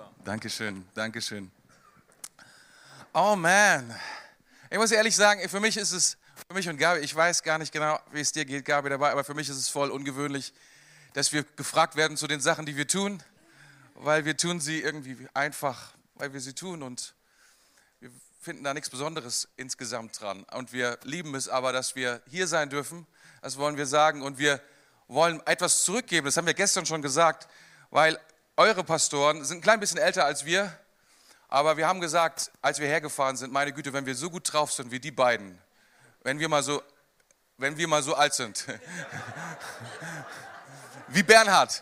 Dankeschön, Dankeschön. Oh man, ich muss ehrlich sagen, für mich und Gabi, ich weiß gar nicht genau, wie es dir geht, Gabi, dabei, aber für mich ist es voll ungewöhnlich, dass wir gefragt werden zu den Sachen, die wir tun, weil wir tun sie irgendwie einfach, weil wir sie tun und wir finden da nichts Besonderes insgesamt dran. Und wir lieben es aber, dass wir hier sein dürfen, das wollen wir sagen, und wir wollen etwas zurückgeben, das haben wir gestern schon gesagt, weil eure Pastoren sind ein klein bisschen älter als wir, aber wir haben gesagt, als wir hergefahren sind, meine Güte, wenn wir so gut drauf sind wie die beiden, wenn wir mal so alt sind, wie Bernhard,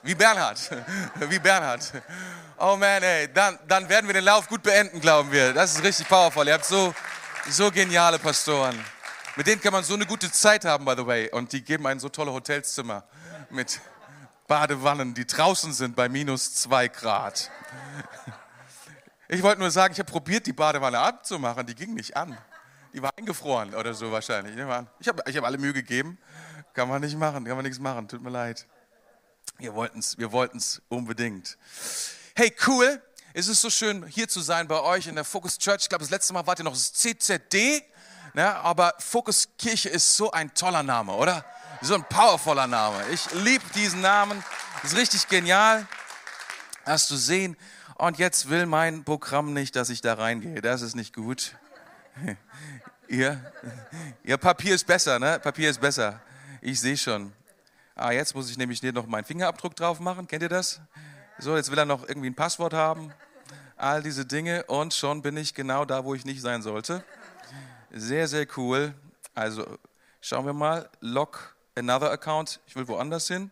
oh man, ey, dann werden wir den Lauf gut beenden, glauben wir. Das ist richtig powerful. Ihr habt so geniale Pastoren. Mit denen kann man so eine gute Zeit haben, by the way. Und die geben einen so tolle Hotelzimmer mit Badewannen, die draußen sind bei -2 Grad. Ich wollte nur sagen, ich habe probiert, die Badewanne abzumachen. Die ging nicht an. Die war eingefroren oder so wahrscheinlich. Ich hab alle Mühe gegeben. Kann man nicht machen, kann man nichts machen. Tut mir leid. Wir wollten's unbedingt. Hey, cool. Es ist so schön, hier zu sein bei euch in der Focus Church. Ich glaube, das letzte Mal wart ihr noch das CZD. Ne? Aber Focus Kirche ist so ein toller Name, oder? So ein powervoller Name. Ich liebe diesen Namen. Das ist richtig genial. Hast du sehen. Und jetzt will mein Programm nicht, dass ich da reingehe. Das ist nicht gut. Ihr Papier ist besser, ne? Papier ist besser. Ich sehe schon. Jetzt muss ich nämlich hier noch meinen Fingerabdruck drauf machen. Kennt ihr das? So, jetzt will er noch irgendwie ein Passwort haben. All diese Dinge. Und schon bin ich genau da, wo ich nicht sein sollte. Sehr, sehr cool. Also, schauen wir mal. Log another account. Ich will woanders hin.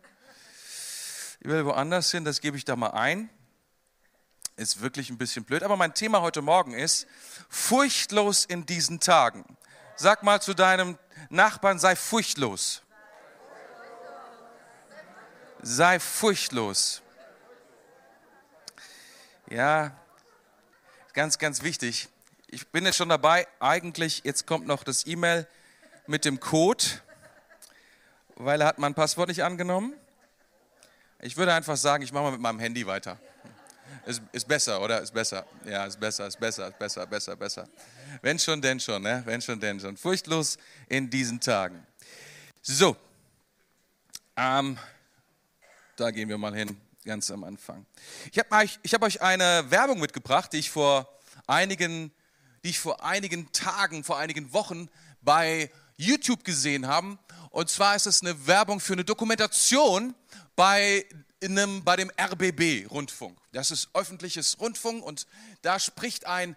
Das gebe ich da mal ein. Ist wirklich ein bisschen blöd. Aber mein Thema heute Morgen ist furchtlos in diesen Tagen. Sag mal zu deinem Nachbarn, sei furchtlos. Sei furchtlos. Ja, ganz, ganz wichtig. Ich bin jetzt schon dabei. Eigentlich, jetzt kommt noch das E-Mail mit dem Code, weil er hat mein Passwort nicht angenommen. Ich würde einfach sagen, ich mache mal mit meinem Handy weiter. Ist besser, oder? Ist besser. Ja, ist besser. Wenn schon, denn schon, ne? Wenn schon, denn schon. Furchtlos in diesen Tagen. So. Da gehen wir mal hin, ganz am Anfang. Ich hab euch eine Werbung mitgebracht, die ich vor einigen Tagen, vor einigen Wochen bei YouTube gesehen habe. Und zwar ist es eine Werbung für eine Dokumentation bei dem RBB-Rundfunk. Das ist öffentliches Rundfunk und da spricht ein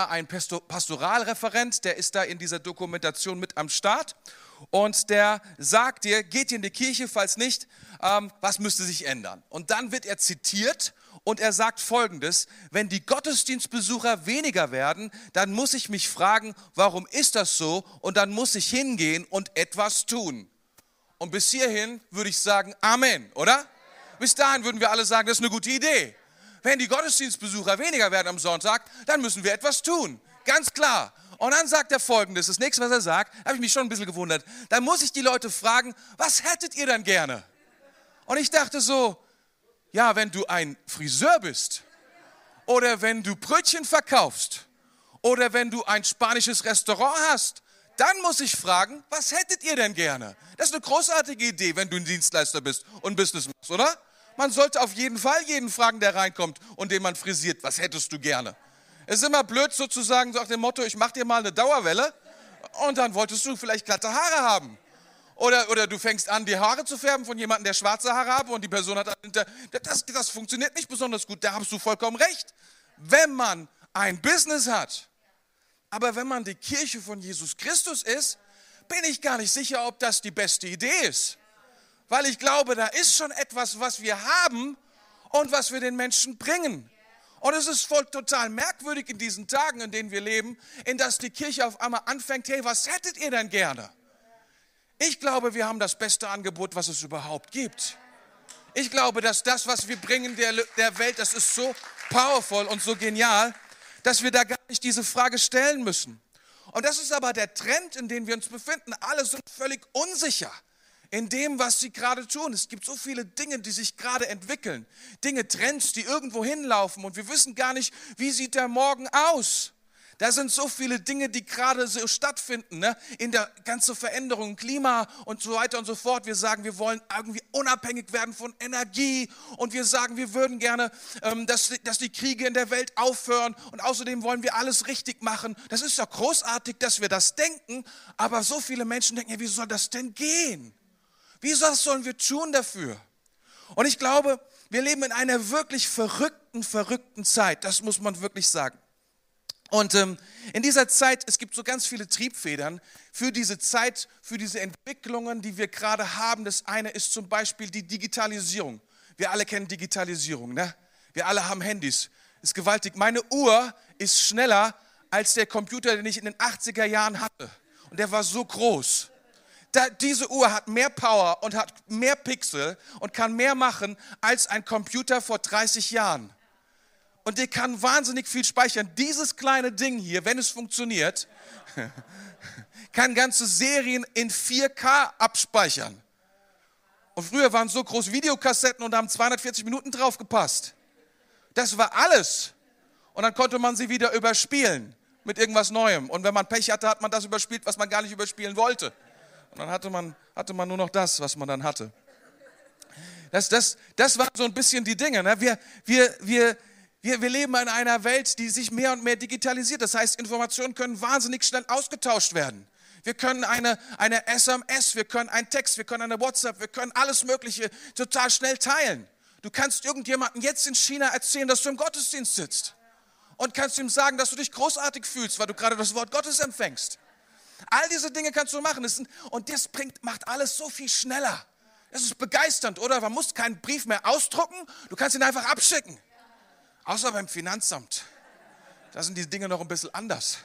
Pastoralreferent, der ist da in dieser Dokumentation mit am Start und der sagt dir, geht ihr in die Kirche, falls nicht, was müsste sich ändern? Und dann wird er zitiert und er sagt Folgendes: Wenn die Gottesdienstbesucher weniger werden, dann muss ich mich fragen, warum ist das so? Und dann muss ich hingehen und etwas tun. Und bis hierhin würde ich sagen, Amen, oder? Bis dahin würden wir alle sagen, das ist eine gute Idee. Wenn die Gottesdienstbesucher weniger werden am Sonntag, dann müssen wir etwas tun. Ganz klar. Und dann sagt er Folgendes, das nächste, was er sagt, habe ich mich schon ein bisschen gewundert. Dann muss ich die Leute fragen, was hättet ihr denn gerne? Und ich dachte so, ja, wenn du ein Friseur bist oder wenn du Brötchen verkaufst oder wenn du ein spanisches Restaurant hast, dann muss ich fragen, was hättet ihr denn gerne? Das ist eine großartige Idee, wenn du ein Dienstleister bist und Business machst, oder? Man sollte auf jeden Fall jeden fragen, der reinkommt und den man frisiert, was hättest du gerne? Es ist immer blöd sozusagen, so nach dem Motto, ich mach dir mal eine Dauerwelle und dann wolltest du vielleicht glatte Haare haben. Oder du fängst an, die Haare zu färben von jemandem, der schwarze Haare hat und die Person hat, das funktioniert nicht besonders gut, da hast du vollkommen recht. Wenn man ein Business hat, aber wenn man die Kirche von Jesus Christus ist, bin ich gar nicht sicher, ob das die beste Idee ist. Weil ich glaube, da ist schon etwas, was wir haben und was wir den Menschen bringen. Und es ist voll total merkwürdig in diesen Tagen, in denen wir leben, in dass die Kirche auf einmal anfängt, hey, was hättet ihr denn gerne? Ich glaube, wir haben das beste Angebot, was es überhaupt gibt. Ich glaube, dass das, was wir bringen der Welt, das ist so powerful und so genial, dass wir da gar nicht diese Frage stellen müssen. Und das ist aber der Trend, in dem wir uns befinden. Alle sind völlig unsicher. in dem, was sie gerade tun. Es gibt so viele Dinge, die sich gerade entwickeln. Dinge, Trends, die irgendwo hinlaufen und wir wissen gar nicht, wie sieht der morgen aus. Da sind so viele Dinge, die gerade so stattfinden, ne? In der ganzen Veränderung, Klima und so weiter und so fort. Wir sagen, wir wollen irgendwie unabhängig werden von Energie und wir sagen, wir würden gerne, dass die Kriege in der Welt aufhören und außerdem wollen wir alles richtig machen. Das ist ja großartig, dass wir das denken, aber so viele Menschen denken, ja, wie soll das denn gehen? Was sollen wir tun dafür? Und ich glaube, wir leben in einer wirklich verrückten Zeit, das muss man wirklich sagen. Und in dieser Zeit, es gibt so ganz viele Triebfedern für diese Zeit, für diese Entwicklungen, die wir gerade haben. Das eine ist zum Beispiel die Digitalisierung. Wir alle kennen Digitalisierung, ne? Wir alle haben Handys. Ist gewaltig. Meine Uhr ist schneller als der Computer, den ich in den 80er Jahren hatte. Und der war so groß. Diese Uhr hat mehr Power und hat mehr Pixel und kann mehr machen als ein Computer vor 30 Jahren. Und der kann wahnsinnig viel speichern. Dieses kleine Ding hier, wenn es funktioniert, kann ganze Serien in 4K abspeichern. Und früher waren so große Videokassetten und da haben 240 Minuten drauf gepasst. Das war alles. Und dann konnte man sie wieder überspielen mit irgendwas Neuem. Und wenn man Pech hatte, hat man das überspielt, was man gar nicht überspielen wollte. Und dann hatte man nur noch das, was man dann hatte. Das waren so ein bisschen die Dinge. Ne? Wir leben in einer Welt, die sich mehr und mehr digitalisiert. Das heißt, Informationen können wahnsinnig schnell ausgetauscht werden. Wir können eine SMS, wir können einen Text, wir können eine WhatsApp, wir können alles Mögliche total schnell teilen. Du kannst irgendjemandem jetzt in China erzählen, dass du im Gottesdienst sitzt. Und kannst ihm sagen, dass du dich großartig fühlst, weil du gerade das Wort Gottes empfängst. All diese Dinge kannst du machen. Und das macht alles so viel schneller. Das ist begeisternd, oder? Man muss keinen Brief mehr ausdrucken, du kannst ihn einfach abschicken. Außer beim Finanzamt. Da sind die Dinge noch ein bisschen anders.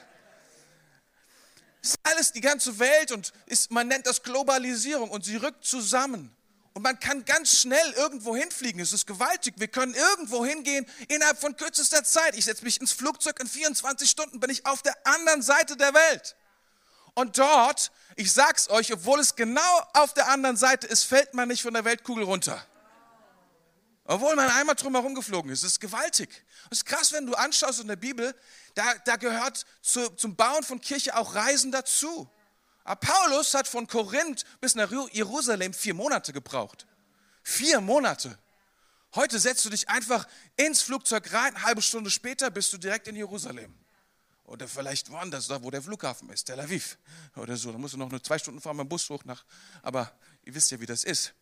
Das ist alles die ganze Welt und man nennt das Globalisierung und sie rückt zusammen. Und man kann ganz schnell irgendwo hinfliegen. Es ist gewaltig. Wir können irgendwo hingehen innerhalb von kürzester Zeit. Ich setze mich ins Flugzeug, in 24 Stunden bin ich auf der anderen Seite der Welt. Und dort, ich sag's euch, obwohl es genau auf der anderen Seite ist, fällt man nicht von der Weltkugel runter. Obwohl man einmal drum herum geflogen ist. Das ist gewaltig. Das ist krass, wenn du anschaust in der Bibel, da gehört zum Bauen von Kirche auch Reisen dazu. Aber Paulus hat von Korinth bis nach Jerusalem 4 Monate gebraucht. 4 Monate. Heute setzt du dich einfach ins Flugzeug rein, eine halbe Stunde später bist du direkt in Jerusalem. Oder vielleicht woanders, da wo der Flughafen ist, Tel Aviv oder so. Da musst du noch nur 2 Stunden fahren mit dem Bus hoch aber ihr wisst ja, wie das ist.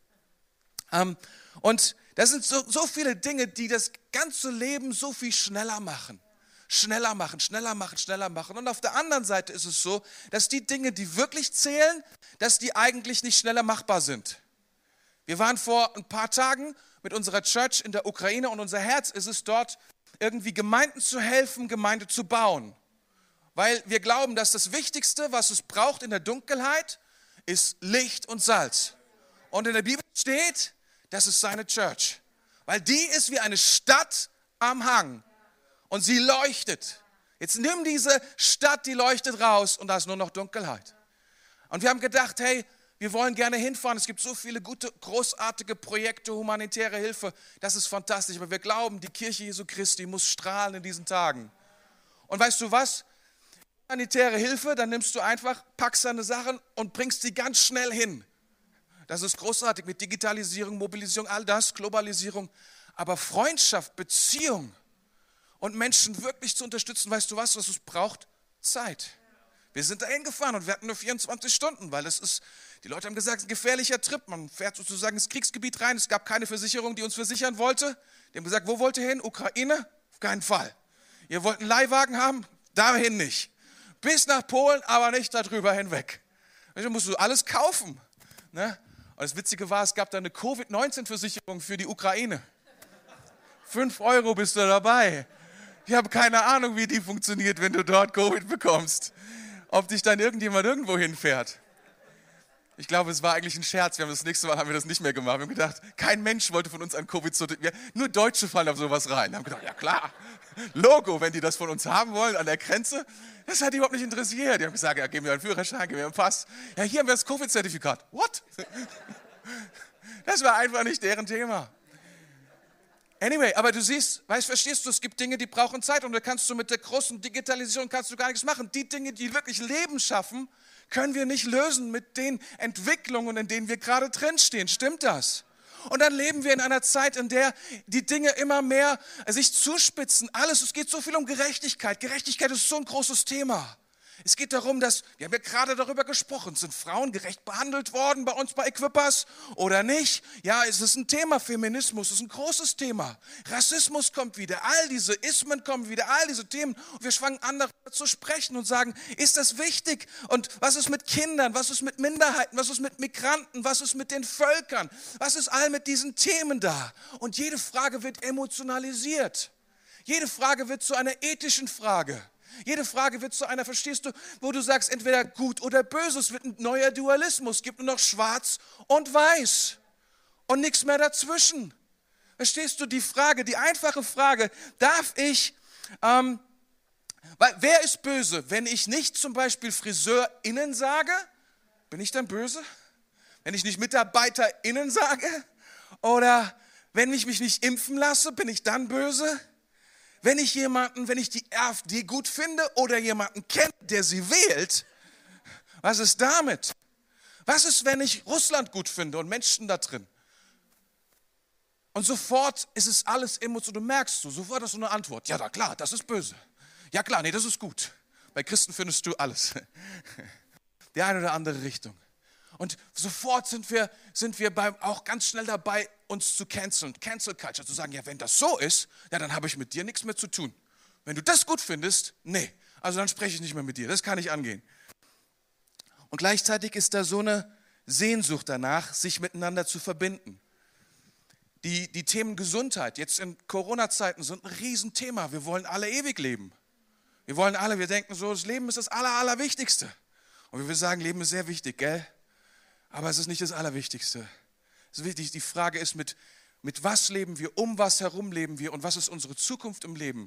Und das sind so viele Dinge, die das ganze Leben so viel schneller machen. Schneller machen. Und auf der anderen Seite ist es so, dass die Dinge, die wirklich zählen, dass die eigentlich nicht schneller machbar sind. Wir waren vor ein paar Tagen mit unserer Church in der Ukraine und unser Herz ist es dort, irgendwie Gemeinden zu helfen, Gemeinde zu bauen. Weil wir glauben, dass das Wichtigste, was es braucht in der Dunkelheit, ist Licht und Salz. Und in der Bibel steht, das ist seine Church. Weil die ist wie eine Stadt am Hang. Und sie leuchtet. Jetzt nimm diese Stadt, die leuchtet raus und da ist nur noch Dunkelheit. Und wir haben gedacht, hey, wir wollen gerne hinfahren. Es gibt so viele gute, großartige Projekte, humanitäre Hilfe. Das ist fantastisch. Aber wir glauben, die Kirche Jesu Christi muss strahlen in diesen Tagen. Und weißt du was? Humanitäre Hilfe, dann nimmst du einfach, packst deine Sachen und bringst die ganz schnell hin. Das ist großartig mit Digitalisierung, Mobilisierung, all das, Globalisierung. Aber Freundschaft, Beziehung und Menschen wirklich zu unterstützen, weißt du was es braucht? Zeit. Wir sind dahin gefahren und wir hatten nur 24 Stunden, weil die Leute haben gesagt, es ist ein gefährlicher Trip. Man fährt sozusagen ins Kriegsgebiet rein. Es gab keine Versicherung, die uns versichern wollte. Die haben gesagt, wo wollt ihr hin? Ukraine? Auf keinen Fall. Ihr wollt einen Leihwagen haben? Dahin nicht. Bis nach Polen, aber nicht darüber hinweg. Da musst du alles kaufen. Ne? Und das Witzige war, es gab da eine Covid-19-Versicherung für die Ukraine. 5 € bist du dabei. Ich habe keine Ahnung, wie die funktioniert, wenn du dort Covid bekommst. Ob dich dann irgendjemand irgendwo hinfährt. Ich glaube, es war eigentlich ein Scherz. Das nächste Mal haben wir das nicht mehr gemacht. Wir haben gedacht, kein Mensch wollte von uns an Covid so. Nur Deutsche fallen auf sowas rein. Wir haben gedacht, ja klar, Logo, wenn die das von uns haben wollen an der Grenze. Das hat die überhaupt nicht interessiert. Die haben gesagt, ja, geben wir einen Führerschein, geben wir einen Pass. Ja, hier haben wir das Covid-Zertifikat. What? Das war einfach nicht deren Thema. Anyway, aber du siehst, verstehst du, es gibt Dinge, die brauchen Zeit und da kannst du mit der großen Digitalisierung kannst du gar nichts machen. Die Dinge, die wirklich Leben schaffen, können wir nicht lösen mit den Entwicklungen, in denen wir gerade drinstehen. Stimmt das? Und dann leben wir in einer Zeit, in der die Dinge immer mehr sich zuspitzen. Es geht so viel um Gerechtigkeit. Gerechtigkeit ist so ein großes Thema. Es geht darum, wir haben ja gerade darüber gesprochen, sind Frauen gerecht behandelt worden bei uns bei Equippers oder nicht? Ja, es ist ein Thema, Feminismus ist ein großes Thema. Rassismus kommt wieder, all diese Ismen kommen wieder, all diese Themen. Und wir fangen an, darüber zu sprechen und sagen, ist das wichtig? Und was ist mit Kindern? Was ist mit Minderheiten? Was ist mit Migranten? Was ist mit den Völkern? Was ist all mit diesen Themen da? Und jede Frage wird emotionalisiert. Jede Frage wird zu einer ethischen Frage. Jede Frage wird zu einer, verstehst du, wo du sagst, entweder gut oder böse. Es wird ein neuer Dualismus. Es gibt nur noch schwarz und weiß und nichts mehr dazwischen. Verstehst du die Frage, die einfache Frage, wer ist böse? Wenn ich nicht zum Beispiel FriseurInnen sage, bin ich dann böse? Wenn ich nicht MitarbeiterInnen sage? Oder wenn ich mich nicht impfen lasse, bin ich dann böse? Wenn ich die AfD gut finde oder jemanden kenne, der sie wählt, was ist damit? Was ist, wenn ich Russland gut finde und Menschen da drin? Und sofort ist es alles emotional, du merkst sofort hast du eine Antwort. Ja, klar, das ist böse. Ja klar, nee, das ist gut. Bei Christen findest du alles. Die eine oder andere Richtung. Und sofort sind wir auch ganz schnell dabei, uns zu canceln. Cancel Culture, zu sagen, ja, wenn das so ist, ja, dann habe ich mit dir nichts mehr zu tun. Wenn du das gut findest, nee, also dann spreche ich nicht mehr mit dir, das kann nicht angehen. Und gleichzeitig ist da so eine Sehnsucht danach, sich miteinander zu verbinden. Die Themen Gesundheit, jetzt in Corona-Zeiten sind ein Riesenthema. Wir wollen alle ewig leben. Wir denken so, das Leben ist das Allerwichtigste. Und wir sagen, Leben ist sehr wichtig, gell? Aber es ist nicht das Allerwichtigste. Es ist wichtig, die Frage ist, mit was leben wir, um was herum leben wir und was ist unsere Zukunft im Leben?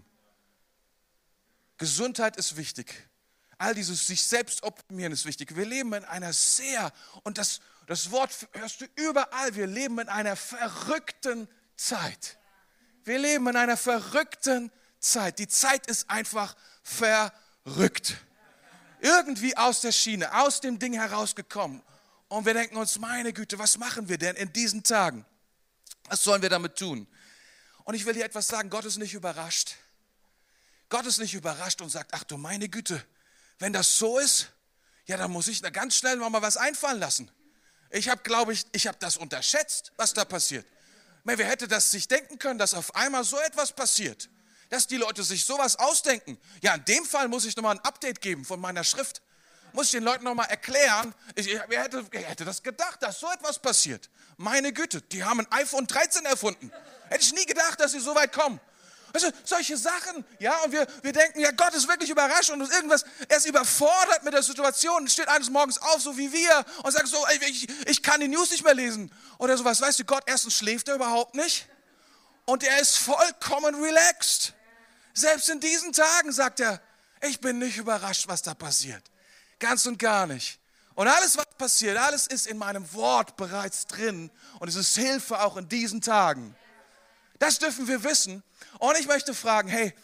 Gesundheit ist wichtig. All dieses sich selbst optimieren ist wichtig. Wir leben in einer und das Wort hörst du überall, wir leben in einer verrückten Zeit. Wir leben in einer verrückten Zeit. Die Zeit ist einfach verrückt. Irgendwie aus der Schiene, aus dem Ding herausgekommen. Und wir denken uns, meine Güte, was machen wir denn in diesen Tagen? Was sollen wir damit tun? Und ich will dir etwas sagen, Gott ist nicht überrascht. Gott ist nicht überrascht und sagt, ach du meine Güte, wenn das so ist, ja, dann muss ich da ganz schnell noch mal was einfallen lassen. Ich habe das unterschätzt, was da passiert. Wer hätte das sich denken können, dass auf einmal so etwas passiert? Dass die Leute sich sowas ausdenken. Ja, in dem Fall muss ich nochmal ein Update geben von meiner Schrift. Muss ich den Leuten nochmal erklären, wer hätte das gedacht, dass so etwas passiert? Meine Güte, die haben ein iPhone 13 erfunden. Hätte ich nie gedacht, dass sie so weit kommen. Also solche Sachen, ja, und wir denken, ja, Gott ist wirklich überrascht und er ist überfordert mit der Situation, steht eines Morgens auf, so wie wir, und sagt so, ich kann die News nicht mehr lesen oder sowas. Weißt du, Gott, erstens schläft er überhaupt nicht und er ist vollkommen relaxed. Selbst in diesen Tagen sagt er, ich bin nicht überrascht, was da passiert. Ganz und gar nicht. Und alles, was passiert, alles ist in meinem Wort bereits drin. Und es ist Hilfe auch in diesen Tagen. Das dürfen wir wissen. Und ich möchte fragen, hey,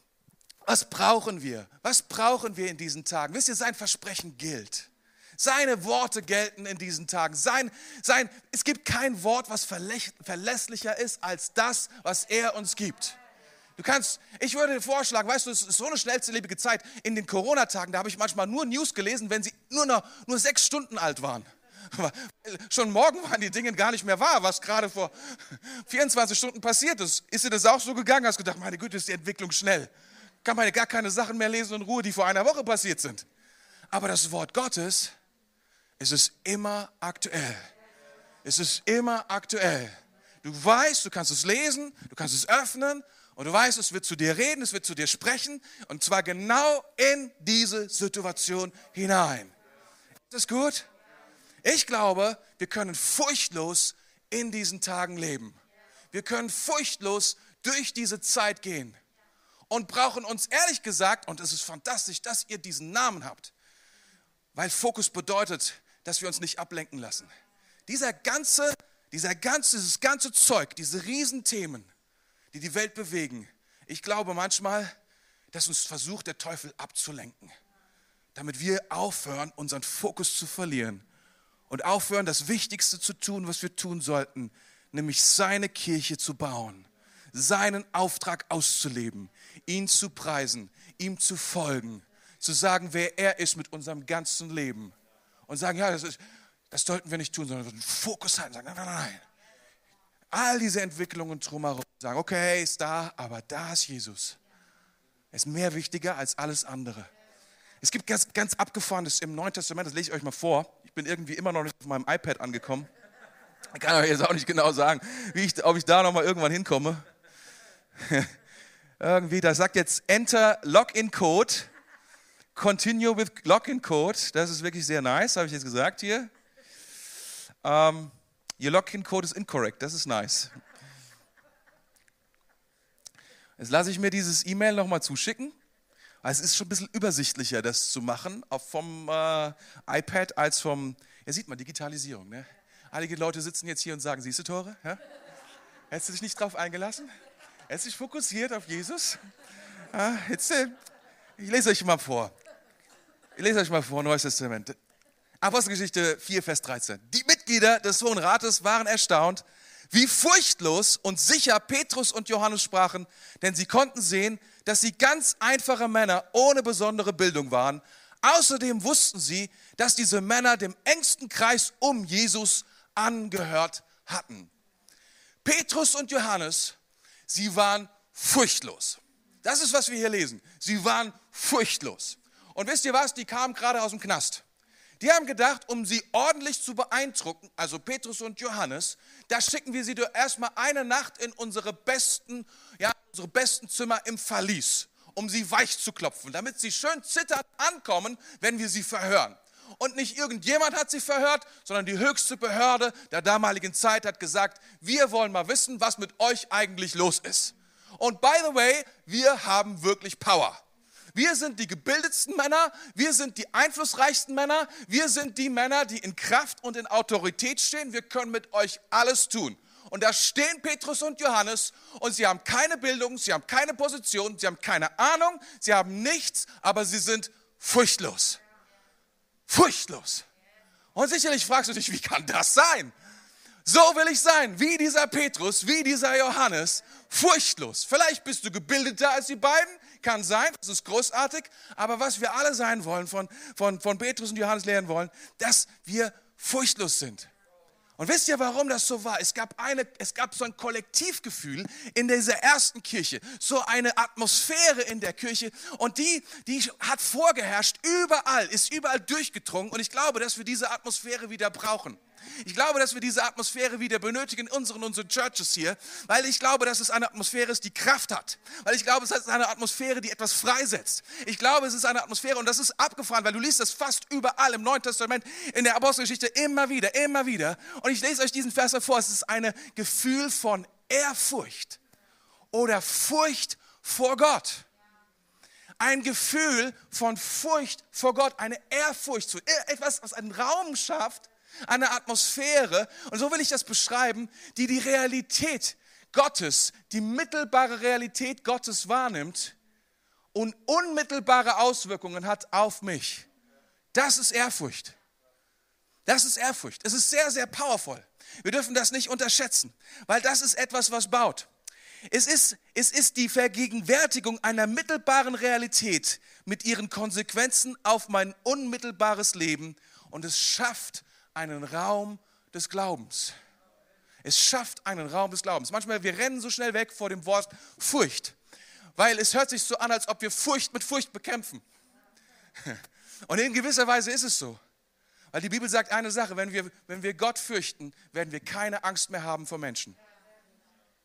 was brauchen wir? Was brauchen wir in diesen Tagen? Wisst ihr, sein Versprechen gilt. Seine Worte gelten in diesen Tagen. Es gibt kein Wort, was verlässlicher ist als das, was er uns gibt. Ich würde dir vorschlagen, weißt du, es ist so eine schnellzlebige Zeit. In den Corona-Tagen, da habe ich manchmal nur News gelesen, wenn sie nur 6 Stunden alt waren. Schon morgen waren die Dinge gar nicht mehr wahr, was gerade vor 24 Stunden passiert ist. Ist dir das auch so gegangen? Hast gedacht, meine Güte, ist die Entwicklung schnell. Kann man gar keine Sachen mehr lesen in Ruhe, die vor einer Woche passiert sind. Aber das Wort Gottes, es ist immer aktuell. Es ist immer aktuell. Du weißt, du kannst es lesen, du kannst es öffnen. Und du weißt, es wird zu dir reden, es wird zu dir sprechen. Und zwar genau in diese Situation hinein. Ist das gut? Ich glaube, wir können furchtlos in diesen Tagen leben. Wir können furchtlos durch diese Zeit gehen und brauchen uns ehrlich gesagt, und es ist fantastisch, dass ihr diesen Namen habt, weil Fokus bedeutet, dass wir uns nicht ablenken lassen. Dieses ganze Zeug, diese Riesenthemen, die die Welt bewegen, ich glaube manchmal, dass uns versucht, der Teufel abzulenken, damit wir aufhören, unseren Fokus zu verlieren und aufhören, das Wichtigste zu tun, was wir tun sollten, nämlich seine Kirche zu bauen, seinen Auftrag auszuleben, ihn zu preisen, ihm zu folgen, zu sagen, wer er ist mit unserem ganzen Leben und sagen, ja, das sollten wir nicht tun, sondern einen Fokus halten, sagen, nein. All diese Entwicklungen drumherum, sagen, okay, ist da, aber da ist Jesus. Er ist mehr wichtiger als alles andere. Es gibt ganz Abgefahrenes im Neuen Testament, das lese ich euch mal vor. Ich bin irgendwie immer noch nicht auf meinem iPad angekommen. Ich kann euch jetzt auch nicht genau sagen, ob ich da nochmal irgendwann hinkomme. Irgendwie, da sagt jetzt Enter Login Code, Continue with Login Code. Das ist wirklich sehr nice, habe ich jetzt gesagt hier. Your Login Code is incorrect, das ist nice. Jetzt lasse ich mir dieses E-Mail nochmal zuschicken. Es ist schon ein bisschen übersichtlicher, das zu machen, auch vom iPad als vom, ja sieht man, Digitalisierung. Ne? Einige Leute sitzen jetzt hier und sagen, siehst du, Tore? Ja? Hättest du dich nicht drauf eingelassen? Hättest du dich fokussiert auf Jesus? Ja, jetzt, ich lese euch mal vor. Neues Testament. Apostelgeschichte 4, Vers 13. Die Mitglieder des Hohen Rates waren erstaunt, wie furchtlos und sicher Petrus und Johannes sprachen, denn sie konnten sehen, dass sie ganz einfache Männer ohne besondere Bildung waren. Außerdem wussten sie, dass diese Männer dem engsten Kreis um Jesus angehört hatten. Petrus und Johannes, sie waren furchtlos. Das ist, was wir hier lesen. Sie waren furchtlos. Und wisst ihr was? Die kamen gerade aus dem Knast. Die haben gedacht, um sie ordentlich zu beeindrucken, also Petrus und Johannes, da schicken wir sie doch erstmal eine Nacht in unsere besten Zimmer im Verlies, um sie weich zu klopfen, damit sie schön zitternd ankommen, wenn wir sie verhören. Und nicht irgendjemand hat sie verhört, sondern die höchste Behörde der damaligen Zeit hat gesagt, wir wollen mal wissen, was mit euch eigentlich los ist. Und by the way, wir haben wirklich Power. Wir sind die gebildetsten Männer, wir sind die einflussreichsten Männer, wir sind die Männer, die in Kraft und in Autorität stehen. Wir können mit euch alles tun. Und da stehen Petrus und Johannes und sie haben keine Bildung, sie haben keine Position, sie haben keine Ahnung, sie haben nichts, aber sie sind furchtlos. Furchtlos. Und sicherlich fragst du dich, wie kann das sein? So will ich sein, wie dieser Petrus, wie dieser Johannes, furchtlos. Vielleicht bist du gebildeter als die beiden, kann sein, das ist großartig, aber was wir alle sein wollen, von Petrus und Johannes lernen wollen, dass wir furchtlos sind. Und wisst ihr, warum das so war? Es gab so ein Kollektivgefühl in dieser ersten Kirche, so eine Atmosphäre in der Kirche und die hat vorgeherrscht, ist überall durchgedrungen und ich glaube, dass wir diese Atmosphäre wieder brauchen. Ich glaube, dass wir diese Atmosphäre wieder benötigen in unseren Churches hier, weil ich glaube, dass es eine Atmosphäre ist, die Kraft hat. Weil ich glaube, es ist eine Atmosphäre, die etwas freisetzt. Ich glaube, es ist eine Atmosphäre, und das ist abgefahren, weil du liest das fast überall im Neuen Testament, in der Apostelgeschichte immer wieder. Und ich lese euch diesen Vers vor. Es ist ein Gefühl von Ehrfurcht oder Furcht vor Gott. Ein Gefühl von Furcht vor Gott, eine Ehrfurcht, etwas, was einen Raum schafft, eine Atmosphäre, und so will ich das beschreiben, die Realität Gottes, die mittelbare Realität Gottes wahrnimmt und unmittelbare Auswirkungen hat auf mich. Das ist Ehrfurcht. Das ist Ehrfurcht. Es ist sehr, sehr powerful. Wir dürfen das nicht unterschätzen, weil das ist etwas, was baut. Es ist die Vergegenwärtigung einer mittelbaren Realität mit ihren Konsequenzen auf mein unmittelbares Leben, und es schafft einen Raum des Glaubens. Es schafft einen Raum des Glaubens. Manchmal, wir rennen so schnell weg vor dem Wort Furcht, weil es hört sich so an, als ob wir Furcht mit Furcht bekämpfen. Und in gewisser Weise ist es so. Weil die Bibel sagt eine Sache, wenn wir Gott fürchten, werden wir keine Angst mehr haben vor Menschen.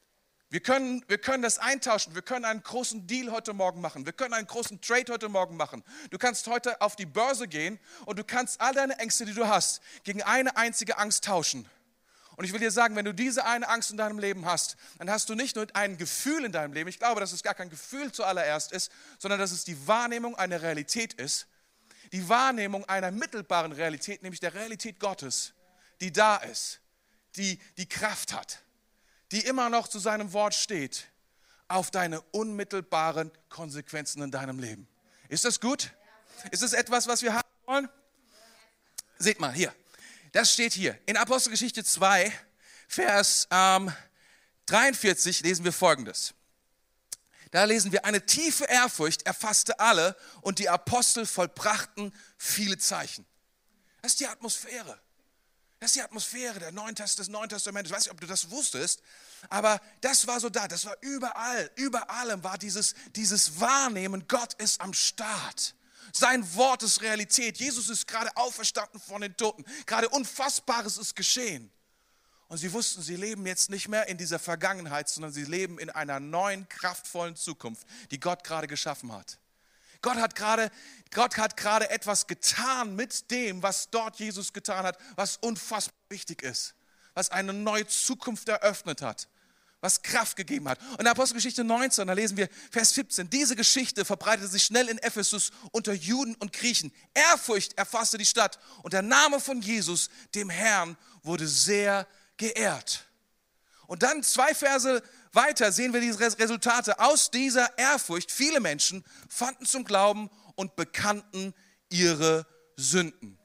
Wir können das eintauschen. Wir können einen großen Deal heute Morgen machen. Wir können einen großen Trade heute Morgen machen. Du kannst heute auf die Börse gehen und du kannst all deine Ängste, die du hast, gegen eine einzige Angst tauschen. Und ich will dir sagen, wenn du diese eine Angst in deinem Leben hast, dann hast du nicht nur ein Gefühl in deinem Leben. Ich glaube, dass es gar kein Gefühl zuallererst ist, sondern dass es die Wahrnehmung einer Realität ist. Die Wahrnehmung einer mittelbaren Realität, nämlich der Realität Gottes, die da ist, die Kraft hat, die immer noch zu seinem Wort steht, auf deine unmittelbaren Konsequenzen in deinem Leben. Ist das gut? Ist es etwas, was wir haben wollen? Seht mal, hier. Das steht hier. In Apostelgeschichte 2, Vers 43 lesen wir Folgendes. Da lesen wir, eine tiefe Ehrfurcht erfasste alle und die Apostel vollbrachten viele Zeichen. Das ist die Atmosphäre. Das ist die Atmosphäre des Neuen Testamentes. Ich weiß nicht, ob du das wusstest, aber das war so da. Das war überall. Über allem war dieses Wahrnehmen, Gott ist am Start. Sein Wort ist Realität. Jesus ist gerade auferstanden von den Toten. Gerade Unfassbares ist geschehen. Und sie wussten, sie leben jetzt nicht mehr in dieser Vergangenheit, sondern sie leben in einer neuen, kraftvollen Zukunft, die Gott gerade geschaffen hat. Gott hat gerade etwas getan mit dem, was dort Jesus getan hat, was unfassbar wichtig ist, was eine neue Zukunft eröffnet hat, was Kraft gegeben hat. Und in Apostelgeschichte 19, da lesen wir Vers 17, diese Geschichte verbreitete sich schnell in Ephesus unter Juden und Griechen. Ehrfurcht erfasste die Stadt und der Name von Jesus, dem Herrn, wurde sehr geehrt. Und dann 2 Verse weiter sehen wir die Resultate. Aus dieser Ehrfurcht, viele Menschen fanden zum Glauben und bekannten ihre Sünden.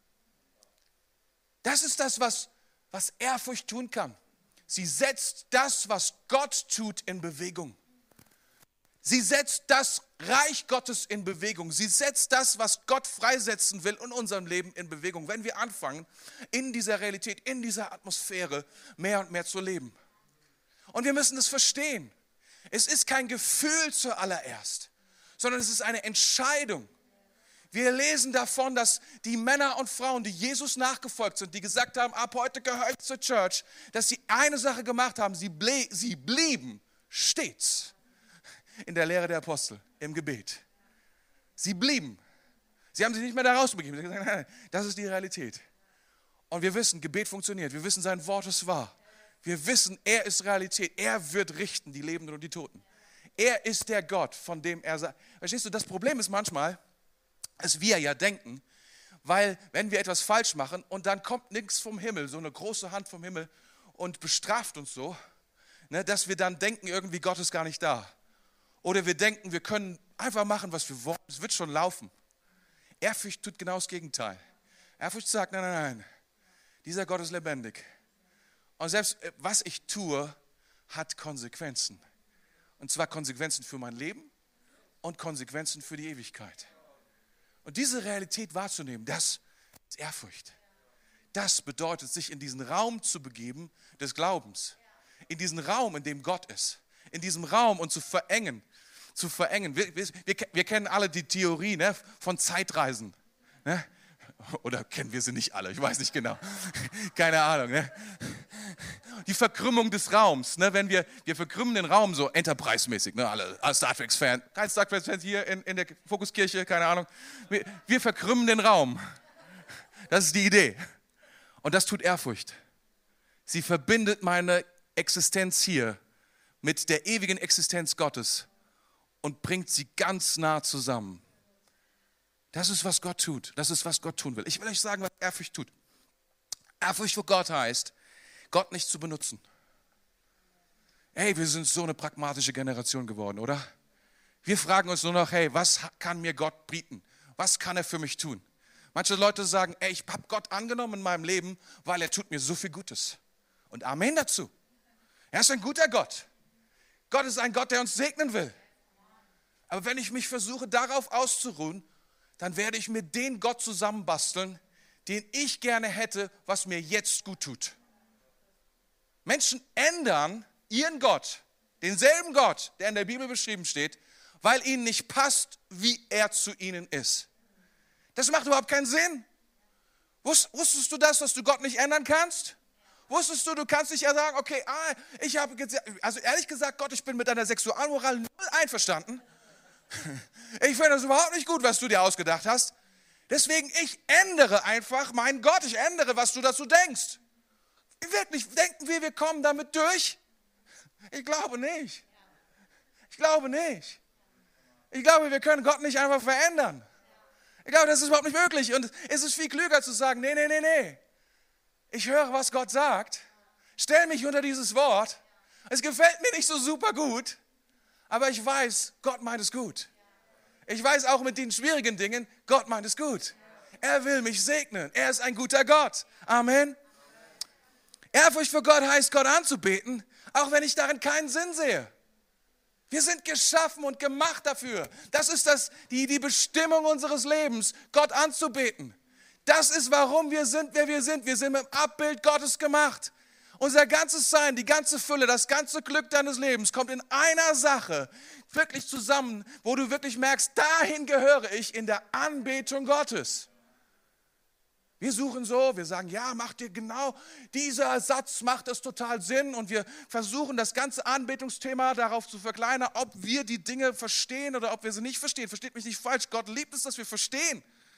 Das ist das, was Ehrfurcht tun kann. Sie setzt das, was Gott tut, in Bewegung. Sie setzt das Reich Gottes in Bewegung. Sie setzt das, was Gott freisetzen will in unserem Leben, in Bewegung. Wenn wir anfangen, in dieser Realität, in dieser Atmosphäre mehr und mehr zu leben. Und wir müssen es verstehen. Es ist kein Gefühl zuallererst, sondern es ist eine Entscheidung. Wir lesen davon, dass die Männer und Frauen, die Jesus nachgefolgt sind, die gesagt haben, ab heute gehöre ich zur Church, dass sie eine Sache gemacht haben, sie blieben stets in der Lehre der Apostel, im Gebet. Sie blieben. Sie haben sich nicht mehr da rausbegeben. Sie haben gesagt, nein, das ist die Realität. Und wir wissen, Gebet funktioniert. Wir wissen, sein Wort ist wahr. Wir wissen, er ist Realität. Er wird richten, die Lebenden und die Toten. Er ist der Gott, von dem er sagt. Verstehst du, das Problem ist manchmal, dass wir ja denken, weil wenn wir etwas falsch machen und dann kommt nichts vom Himmel, so eine große Hand vom Himmel und bestraft uns so, dass wir dann denken, irgendwie Gott ist gar nicht da. Oder wir denken, wir können einfach machen, was wir wollen. Es wird schon laufen. Ehrfurcht tut genau das Gegenteil. Ehrfurcht sagt, nein, dieser Gott ist lebendig. Und selbst was ich tue, hat Konsequenzen. Und zwar Konsequenzen für mein Leben und Konsequenzen für die Ewigkeit. Und diese Realität wahrzunehmen, das ist Ehrfurcht. Das bedeutet, sich in diesen Raum zu begeben des Glaubens. In diesen Raum, in dem Gott ist. In diesem Raum und zu verengen. Wir kennen alle die Theorie von Zeitreisen. Ne? Oder kennen wir sie nicht alle? Ich weiß nicht genau. Keine Ahnung. Ne? Die Verkrümmung des Raums. Ne? Wenn wir verkrümmen den Raum so Enterprise-mäßig. Ne? Alle Star Trek-Fans. Kein Star Trek-Fan hier in der Fokuskirche, keine Ahnung. Wir verkrümmen den Raum. Das ist die Idee. Und das tut Ehrfurcht. Sie verbindet meine Existenz hier mit der ewigen Existenz Gottes und bringt sie ganz nah zusammen. Das ist, was Gott tut. Das ist, was Gott tun will. Ich will euch sagen, was Ehrfurcht tut. Ehrfurcht vor Gott heißt, Gott nicht zu benutzen. Hey, wir sind so eine pragmatische Generation geworden, oder? Wir fragen uns nur noch, hey, was kann mir Gott bieten? Was kann er für mich tun? Manche Leute sagen, ey, ich habe Gott angenommen in meinem Leben, weil er tut mir so viel Gutes. Und Amen dazu. Er ist ein guter Gott. Gott ist ein Gott, der uns segnen will. Aber wenn ich mich versuche, darauf auszuruhen, dann werde ich mir den Gott zusammenbasteln, den ich gerne hätte, was mir jetzt gut tut. Menschen ändern ihren Gott, denselben Gott, der in der Bibel beschrieben steht, weil ihnen nicht passt, wie er zu ihnen ist. Das macht überhaupt keinen Sinn. Wusstest du das, dass du Gott nicht ändern kannst? Wusstest du, du kannst nicht ja sagen, okay, also ehrlich gesagt, Gott, ich bin mit deiner Sexualmoral null einverstanden. Ich finde das überhaupt nicht gut, was du dir ausgedacht hast. Deswegen, ich ändere einfach, mein Gott, ich ändere, was du dazu denkst. Wirklich, denken wir kommen damit durch? Ich glaube nicht. Ich glaube nicht. Ich glaube, wir können Gott nicht einfach verändern. Ich glaube, das ist überhaupt nicht möglich. Und es ist viel klüger zu sagen, nee. Ich höre, was Gott sagt, stell mich unter dieses Wort. Es gefällt mir nicht so super gut, aber ich weiß, Gott meint es gut. Ich weiß auch mit den schwierigen Dingen, Gott meint es gut. Er will mich segnen. Er ist ein guter Gott. Amen. Ehrfurcht vor Gott heißt, Gott anzubeten, auch wenn ich darin keinen Sinn sehe. Wir sind geschaffen und gemacht dafür. Das ist die Bestimmung unseres Lebens, Gott anzubeten. Das ist, warum wir sind, wer wir sind. Wir sind mit dem Abbild Gottes gemacht. Unser ganzes Sein, die ganze Fülle, das ganze Glück deines Lebens kommt in einer Sache wirklich zusammen, wo du wirklich merkst, dahin gehöre ich in der Anbetung Gottes. Wir suchen so, wir sagen, ja, macht dir genau, dieser Satz macht es total Sinn und wir versuchen das ganze Anbetungsthema darauf zu verkleinern, ob wir die Dinge verstehen oder ob wir sie nicht verstehen. Versteht mich nicht falsch, Gott liebt es, dass wir verstehen.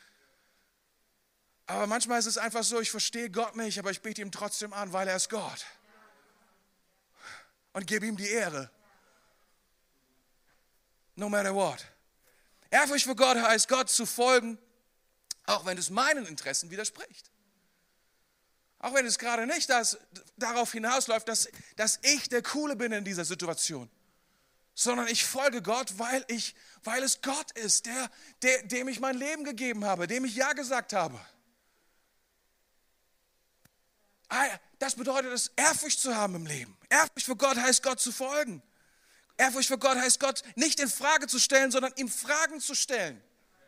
Aber manchmal ist es einfach so, ich verstehe Gott nicht, aber ich bete ihm trotzdem an, weil er ist Gott. Und gebe ihm die Ehre. No matter what. Ehrfurcht vor Gott heißt, Gott zu folgen, auch wenn es meinen Interessen widerspricht. Auch wenn es gerade nicht darauf hinausläuft, dass ich der Coole bin in dieser Situation. Sondern ich folge Gott, weil es Gott ist, dem ich mein Leben gegeben habe, dem ich Ja gesagt habe. Das bedeutet es, Ehrfurcht zu haben im Leben. Ehrfurcht vor Gott heißt, Gott zu folgen. Ehrfurcht vor Gott heißt, Gott nicht in Frage zu stellen, sondern ihm Fragen zu stellen.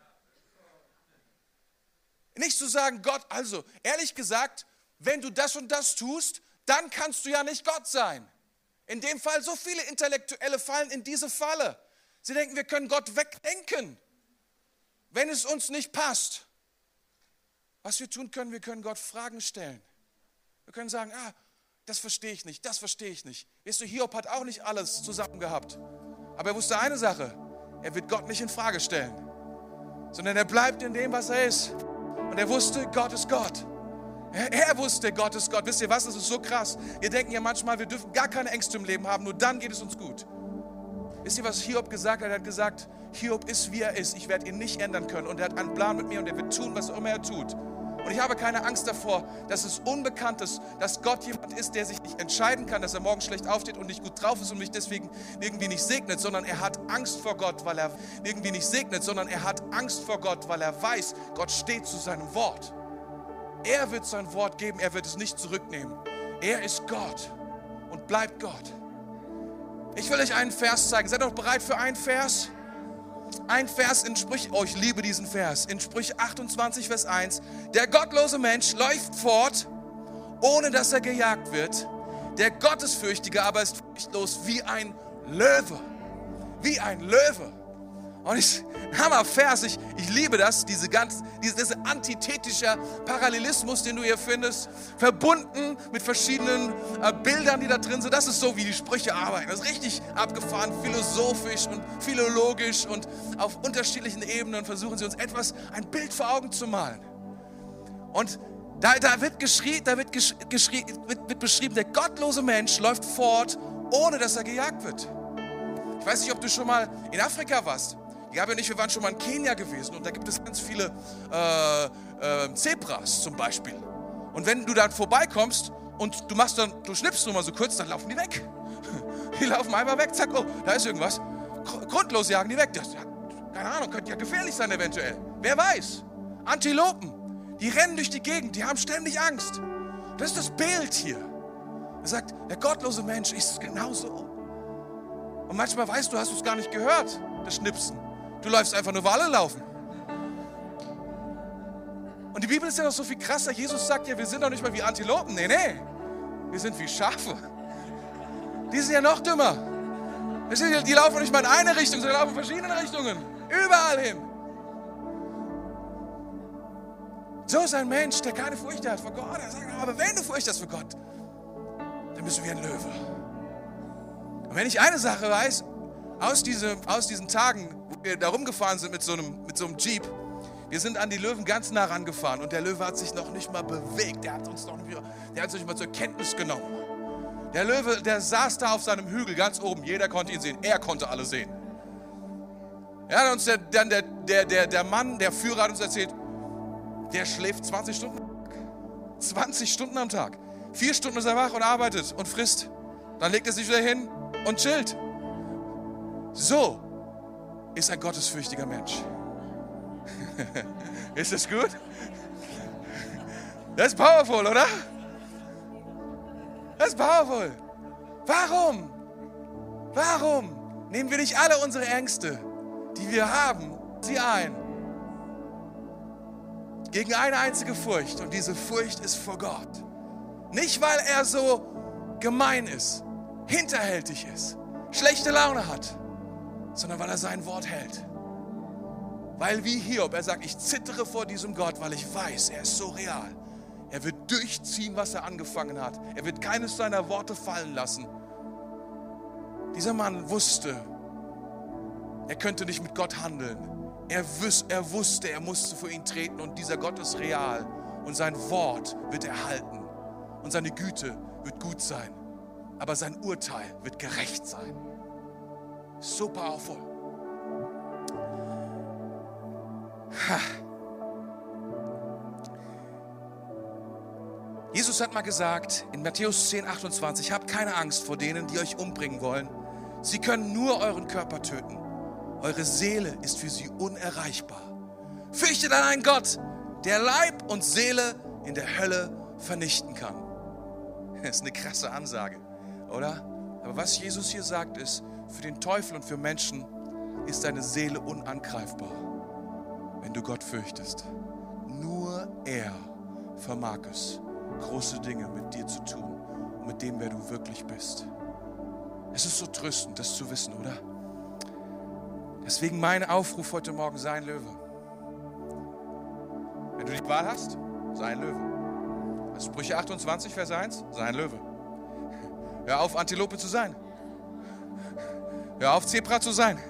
Nicht zu sagen, Gott, also ehrlich gesagt, wenn du das und das tust, dann kannst du ja nicht Gott sein. In dem Fall, so viele Intellektuelle fallen in diese Falle. Sie denken, wir können Gott wegdenken, wenn es uns nicht passt. Was wir tun können, wir können Gott Fragen stellen. Wir können sagen, das verstehe ich nicht, das verstehe ich nicht. Weißt du, Hiob hat auch nicht alles zusammen gehabt. Aber er wusste eine Sache, er wird Gott nicht in Frage stellen, sondern er bleibt in dem, was er ist. Und er wusste, Gott ist Gott. Er wusste, Gott ist Gott. Wisst ihr was, das ist so krass. Wir denken ja manchmal, wir dürfen gar keine Ängste im Leben haben, nur dann geht es uns gut. Wisst ihr, was Hiob gesagt hat? Er hat gesagt, Hiob ist, wie er ist. Ich werde ihn nicht ändern können. Und er hat einen Plan mit mir und er wird tun, was immer er tut. Und ich habe keine Angst davor, dass es unbekannt ist, dass Gott jemand ist, der sich nicht entscheiden kann, dass er morgen schlecht aufsteht und nicht gut drauf ist und mich deswegen irgendwie nicht segnet, sondern er hat Angst vor Gott, weil er irgendwie nicht segnet, sondern er hat Angst vor Gott, weil er weiß, Gott steht zu seinem Wort. Er wird sein Wort geben, er wird es nicht zurücknehmen. Er ist Gott und bleibt Gott. Ich will euch einen Vers zeigen. Seid doch bereit für einen Vers? Ein Vers in Sprüche, ich liebe diesen Vers, in Sprüche 28, Vers 1. Der gottlose Mensch läuft fort, ohne dass er gejagt wird. Der Gottesfürchtige aber ist furchtlos wie ein Löwe. Wie ein Löwe. Und Hammervers, ich liebe das, diese antithetischer Parallelismus, den du hier findest, verbunden mit verschiedenen Bildern, die da drin sind. Das ist so, wie die Sprüche arbeiten. Das ist richtig abgefahren, philosophisch und philologisch und auf unterschiedlichen Ebenen versuchen sie uns ein Bild vor Augen zu malen. Und da wird beschrieben, der gottlose Mensch läuft fort, ohne dass er gejagt wird. Ich weiß nicht, ob du schon mal in Afrika warst. Gabi und ich, wir waren schon mal in Kenia gewesen und da gibt es ganz viele Zebras zum Beispiel. Und wenn du dann vorbeikommst und du schnippst nur mal so kurz, dann laufen die weg. Die laufen einmal weg, zack, oh, da ist irgendwas. Grundlos jagen die weg. Keine Ahnung, könnte ja gefährlich sein eventuell. Wer weiß. Antilopen, die rennen durch die Gegend, die haben ständig Angst. Das ist das Bild hier. Er sagt, der gottlose Mensch ist genauso. Und manchmal weißt du, hast du es gar nicht gehört, das Schnipsen. Du läufst einfach nur, weil alle laufen. Und die Bibel ist ja noch so viel krasser. Jesus sagt ja, wir sind doch nicht mal wie Antilopen. Nee. Wir sind wie Schafe. Die sind ja noch dümmer. Die laufen nicht mal in eine Richtung, sondern laufen in verschiedene Richtungen. Überall hin. So ist ein Mensch, der keine Furcht hat vor Gott. Er sagt, aber wenn du Furcht hast vor Gott, dann bist du wie ein Löwe. Und wenn ich eine Sache weiß, aus diesen Tagen, wo wir da rumgefahren sind mit so einem Jeep, wir sind an die Löwen ganz nah rangefahren und der Löwe hat sich noch nicht mal bewegt. Der hat uns noch nicht mal zur Kenntnis genommen. Der Löwe, der saß da auf seinem Hügel ganz oben. Jeder konnte ihn sehen. Er konnte alle sehen. Ja, hat uns der Mann, der Führer hat uns erzählt, der schläft 20 Stunden am Tag. 20 Stunden am Tag. 4 Stunden ist er wach und arbeitet und frisst. Dann legt er sich wieder hin und chillt. So ist ein gottesfürchtiger Mensch. Ist das gut? Das ist powerful, oder? Das ist powerful. Warum nehmen wir nicht alle unsere Ängste, die wir haben, sie ein? Gegen eine einzige Furcht. Und diese Furcht ist vor Gott. Nicht, weil er so gemein ist, hinterhältig ist, schlechte Laune hat, sondern weil er sein Wort hält. Weil wie Hiob, er sagt, ich zittere vor diesem Gott, weil ich weiß, er ist so real. Er wird durchziehen, was er angefangen hat. Er wird keines seiner Worte fallen lassen. Dieser Mann wusste, er könnte nicht mit Gott handeln. Er wusste, er musste für ihn treten und dieser Gott ist real. Und sein Wort wird erhalten. Und seine Güte wird gut sein. Aber sein Urteil wird gerecht sein. So powerful. Jesus hat mal gesagt in Matthäus 10,28, habt keine Angst vor denen, die euch umbringen wollen. Sie können nur euren Körper töten. Eure Seele ist für sie unerreichbar. Fürchtet an einen Gott, der Leib und Seele in der Hölle vernichten kann. Das ist eine krasse Ansage, oder? Aber was Jesus hier sagt ist, für den Teufel und für Menschen ist deine Seele unangreifbar, wenn du Gott fürchtest. Nur er vermag es, große Dinge mit dir zu tun und mit dem, wer du wirklich bist. Es ist so tröstend, das zu wissen, oder? Deswegen mein Aufruf heute Morgen, sei ein Löwe. Wenn du die Wahl hast, sei ein Löwe. Also Sprüche 28, Vers 1, sei ein Löwe. Hör auf, Antilope zu sein. Hör auf, Zebra zu sein.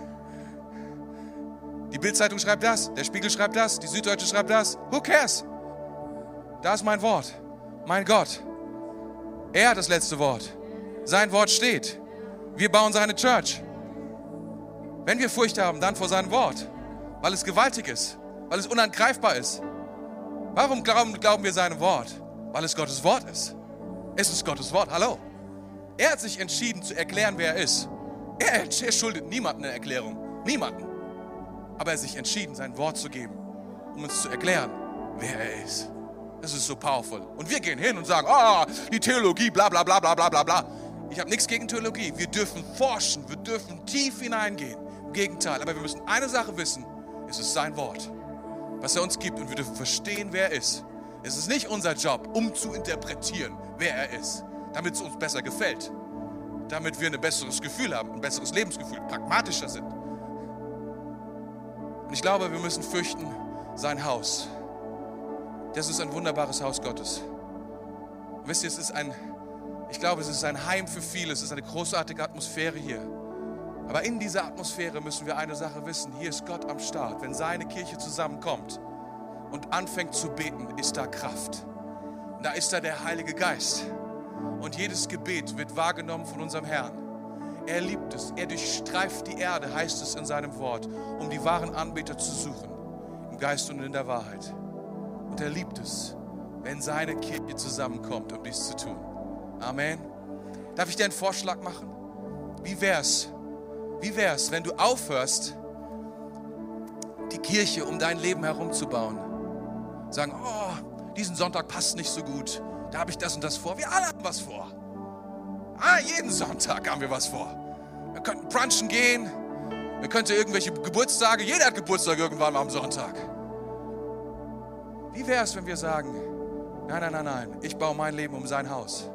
Die Bild-Zeitung schreibt das, der Spiegel schreibt das, die Süddeutsche schreibt das. Who cares? Da ist mein Wort, mein Gott. Er hat das letzte Wort. Sein Wort steht. Wir bauen seine Church. Wenn wir Furcht haben, dann vor seinem Wort, weil es gewaltig ist, weil es unangreifbar ist. Warum glauben wir seinem Wort? Weil es Gottes Wort ist. Es ist Gottes Wort, hallo. Er hat sich entschieden zu erklären, wer er ist. Er schuldet niemandem eine Erklärung, niemanden. Aber er hat sich entschieden, sein Wort zu geben, um uns zu erklären, wer er ist. Das ist so powerful. Und wir gehen hin und sagen, die Theologie, bla bla bla bla bla bla bla. Ich habe nichts gegen Theologie. Wir dürfen forschen, wir dürfen tief hineingehen. Im Gegenteil, aber wir müssen eine Sache wissen, es ist sein Wort, was er uns gibt und wir dürfen verstehen, wer er ist. Es ist nicht unser Job, zu interpretieren, wer er ist, damit es uns besser gefällt, damit wir ein besseres Gefühl haben, ein besseres Lebensgefühl, pragmatischer sind. Und ich glaube, wir müssen fürchten sein Haus. Das ist ein wunderbares Haus Gottes. Und wisst ihr, es ist ein Heim für viele, es ist eine großartige Atmosphäre hier. Aber in dieser Atmosphäre müssen wir eine Sache wissen, hier ist Gott am Start. Wenn seine Kirche zusammenkommt und anfängt zu beten, ist da Kraft. Und da ist da der Heilige Geist. Und jedes Gebet wird wahrgenommen von unserem Herrn. Er liebt es, er durchstreift die Erde, heißt es in seinem Wort, um die wahren Anbeter zu suchen, im Geist und in der Wahrheit. Und er liebt es, wenn seine Kirche zusammenkommt, um dies zu tun. Amen. Darf ich dir einen Vorschlag machen? Wie wär's, wenn du aufhörst, die Kirche um dein Leben herumzubauen? Sagen, diesen Sonntag passt nicht so gut, da habe ich das und das vor. Wir alle haben was vor. Jeden Sonntag haben wir was vor. Wir könnten brunchen gehen, wir könnten irgendwelche Geburtstage, jeder hat Geburtstag irgendwann mal am Sonntag. Wie wäre es, wenn wir sagen, nein, ich baue mein Leben um sein Haus.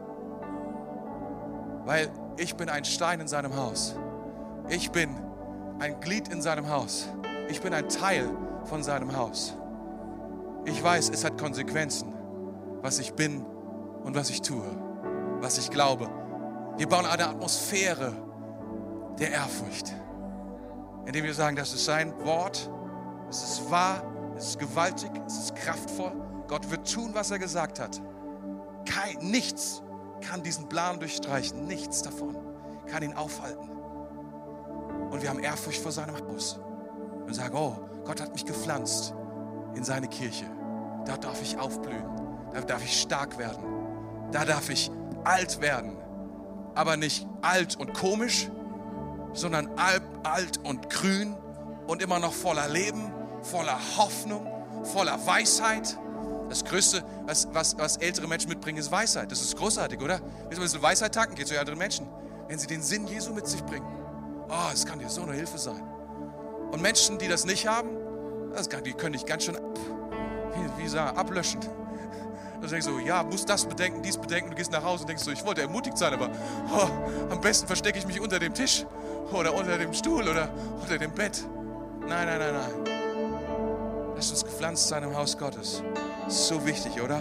Weil ich bin ein Stein in seinem Haus. Ich bin ein Glied in seinem Haus. Ich bin ein Teil von seinem Haus. Ich weiß, es hat Konsequenzen, was ich bin und was ich tue, was ich glaube Wir bauen eine Atmosphäre der Ehrfurcht, indem wir sagen, das ist sein Wort, es ist wahr, es ist gewaltig, es ist kraftvoll. Gott wird tun, was er gesagt hat. Nichts kann diesen Plan durchstreichen, nichts davon kann ihn aufhalten. Und wir haben Ehrfurcht vor seinem Haus und sagen, oh, Gott hat mich gepflanzt in seine Kirche. Da darf ich aufblühen, da darf ich stark werden, da darf ich alt werden. Aber nicht alt und komisch, sondern alt und grün und immer noch voller Leben, voller Hoffnung, voller Weisheit. Das Größte, was ältere Menschen mitbringen, ist Weisheit. Das ist großartig, oder? Wenn Sie Weisheit tanken, geht zu älteren Menschen. Wenn sie den Sinn Jesu mit sich bringen. Oh, es kann dir so eine Hilfe sein. Und Menschen, die das nicht haben, die können dich ganz schön ablöschen. Da denkst du, ja, musst das bedenken, dies bedenken. Du gehst nach Hause und denkst so, ich wollte ermutigt sein, aber am besten verstecke ich mich unter dem Tisch oder unter dem Stuhl oder unter dem Bett. Nein. Lass uns gepflanzt sein im Haus Gottes. Das ist so wichtig, oder?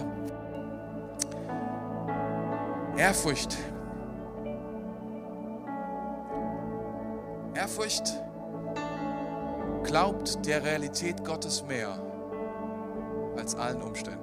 Ehrfurcht. Ehrfurcht glaubt der Realität Gottes mehr als allen Umständen.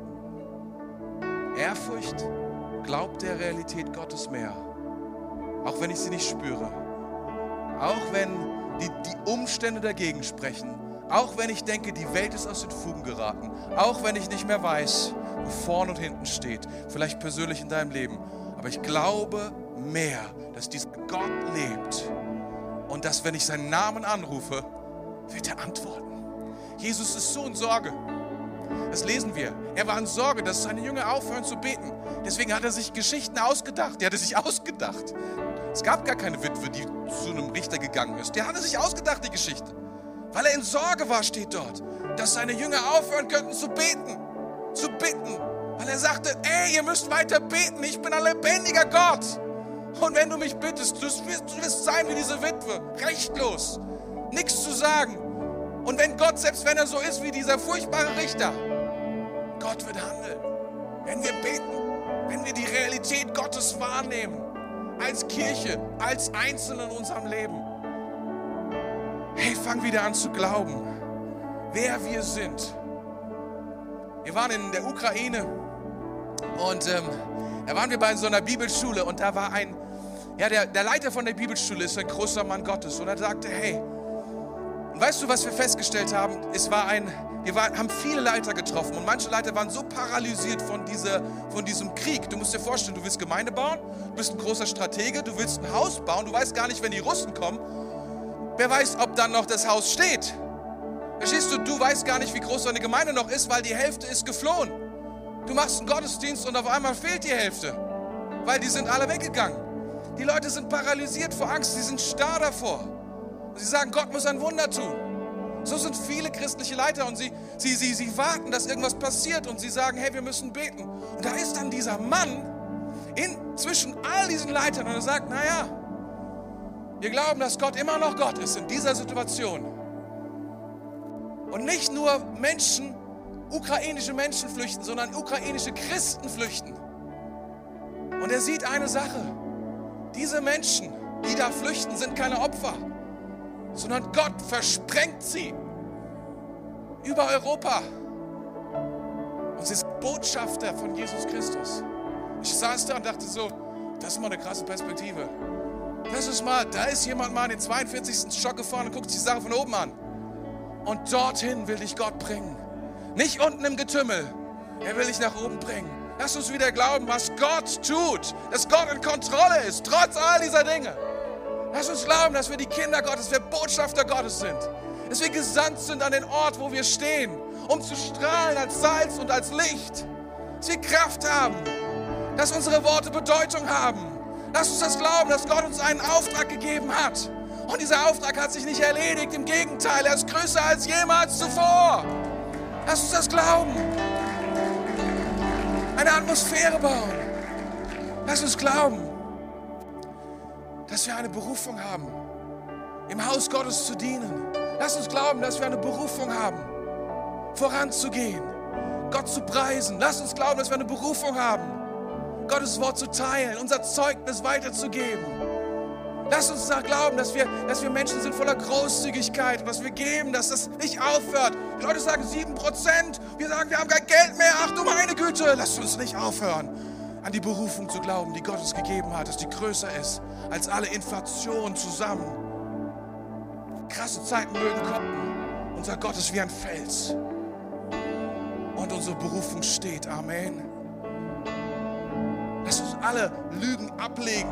Ehrfurcht glaubt der Realität Gottes mehr, auch wenn ich sie nicht spüre, auch wenn die Umstände dagegen sprechen, auch wenn ich denke, die Welt ist aus den Fugen geraten, auch wenn ich nicht mehr weiß, wo vorne und hinten steht, vielleicht persönlich in deinem Leben, aber ich glaube mehr, dass dieser Gott lebt und dass, wenn ich seinen Namen anrufe, wird er antworten. Jesus ist so in Sorge. Das lesen wir. Er war in Sorge, dass seine Jünger aufhören zu beten. Deswegen hat er sich Geschichten ausgedacht. Der hatte sich ausgedacht. Es gab gar keine Witwe, die zu einem Richter gegangen ist. Der hatte sich ausgedacht, die Geschichte. Weil er in Sorge war, steht dort, dass seine Jünger aufhören könnten zu beten. Zu bitten. Weil er sagte, ey, ihr müsst weiter beten. Ich bin ein lebendiger Gott. Und wenn du mich bittest, du wirst sein wie diese Witwe. Rechtlos. Nichts zu sagen. Und wenn Gott, selbst wenn er so ist wie dieser furchtbare Richter, Gott wird handeln. Wenn wir beten, wenn wir die Realität Gottes wahrnehmen, als Kirche, als Einzelne in unserem Leben. Hey, fang wieder an zu glauben, wer wir sind. Wir waren in der Ukraine und da waren wir bei so einer Bibelschule und da war der Leiter von der Bibelschule ist ein großer Mann Gottes und er sagte, hey, und weißt du, was wir festgestellt haben? Wir haben viele Leiter getroffen und manche Leiter waren so paralysiert von diesem Krieg. Du musst dir vorstellen, du willst Gemeinde bauen, du bist ein großer Stratege, du willst ein Haus bauen, du weißt gar nicht, wenn die Russen kommen, wer weiß, ob dann noch das Haus steht. Verstehst du, du weißt gar nicht, wie groß deine Gemeinde noch ist, weil die Hälfte ist geflohen. Du machst einen Gottesdienst und auf einmal fehlt die Hälfte, weil die sind alle weggegangen. Die Leute sind paralysiert vor Angst, sie sind starr davor. Sie sagen, Gott muss ein Wunder tun. So sind viele christliche Leiter und sie warten, dass irgendwas passiert und sie sagen, hey, wir müssen beten. Und da ist dann dieser Mann zwischen all diesen Leitern und er sagt, naja, wir glauben, dass Gott immer noch Gott ist in dieser Situation. Und nicht nur ukrainische Menschen flüchten, sondern ukrainische Christen flüchten. Und er sieht eine Sache, diese Menschen, die da flüchten, sind keine Opfer, sondern Gott versprengt sie über Europa. Und sie sind Botschafter von Jesus Christus. Ich saß da und dachte so, das ist mal eine krasse Perspektive. Da ist jemand mal in den 42. Stock gefahren und guckt sich die Sache von oben an. Und dorthin will dich Gott bringen. Nicht unten im Getümmel. Er will dich nach oben bringen. Lass uns wieder glauben, was Gott tut. Dass Gott in Kontrolle ist, trotz all dieser Dinge. Lass uns glauben, dass wir die Kinder Gottes, wir Botschafter Gottes sind. Dass wir gesandt sind an den Ort, wo wir stehen, um zu strahlen als Salz und als Licht. Dass wir Kraft haben, dass unsere Worte Bedeutung haben. Lass uns das glauben, dass Gott uns einen Auftrag gegeben hat. Und dieser Auftrag hat sich nicht erledigt, im Gegenteil, er ist größer als jemals zuvor. Lass uns das glauben. Eine Atmosphäre bauen. Lass uns glauben, dass wir eine Berufung haben, im Haus Gottes zu dienen. Lass uns glauben, dass wir eine Berufung haben, voranzugehen, Gott zu preisen. Lass uns glauben, dass wir eine Berufung haben, Gottes Wort zu teilen, unser Zeugnis weiterzugeben. Lass uns da glauben, dass wir Menschen sind voller Großzügigkeit und dass wir geben, dass das nicht aufhört. Die Leute sagen 7%, wir sagen, wir haben kein Geld mehr, ach du meine Güte. Lass uns nicht aufhören, an die Berufung zu glauben, die Gott uns gegeben hat, dass die größer ist als alle Inflation zusammen. Krasse Zeiten mögen kommen. Unser Gott ist wie ein Fels. Und unsere Berufung steht. Amen. Lass uns alle Lügen ablegen.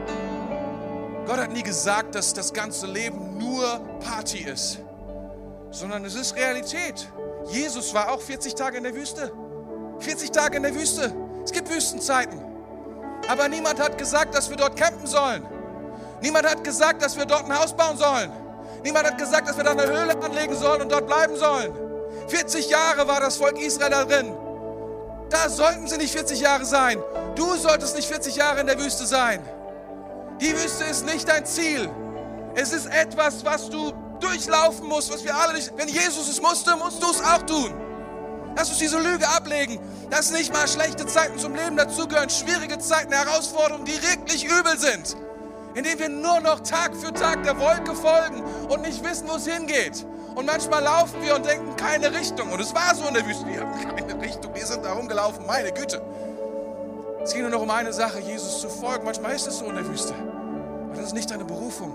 Gott hat nie gesagt, dass das ganze Leben nur Party ist, sondern es ist Realität. Jesus war auch 40 Tage in der Wüste. 40 Tage in der Wüste. Es gibt Wüstenzeiten. Aber niemand hat gesagt, dass wir dort campen sollen. Niemand hat gesagt, dass wir dort ein Haus bauen sollen. Niemand hat gesagt, dass wir da eine Höhle anlegen sollen und dort bleiben sollen. 40 Jahre war das Volk Israel da drin. Da sollten sie nicht 40 Jahre sein. Du solltest nicht 40 Jahre in der Wüste sein. Die Wüste ist nicht dein Ziel. Es ist etwas, was du durchlaufen musst, was wir alle nicht. Wenn Jesus es musste, musst du es auch tun. Lass uns diese Lüge ablegen, dass nicht mal schlechte Zeiten zum Leben dazugehören, schwierige Zeiten, Herausforderungen, die wirklich übel sind. Indem wir nur noch Tag für Tag der Wolke folgen und nicht wissen, wo es hingeht. Und manchmal laufen wir und denken, keine Richtung. Und es war so in der Wüste, wir haben keine Richtung, wir sind da rumgelaufen, meine Güte. Es ging nur noch um eine Sache, Jesus zu folgen. Manchmal ist es so in der Wüste. Aber das ist nicht deine Berufung.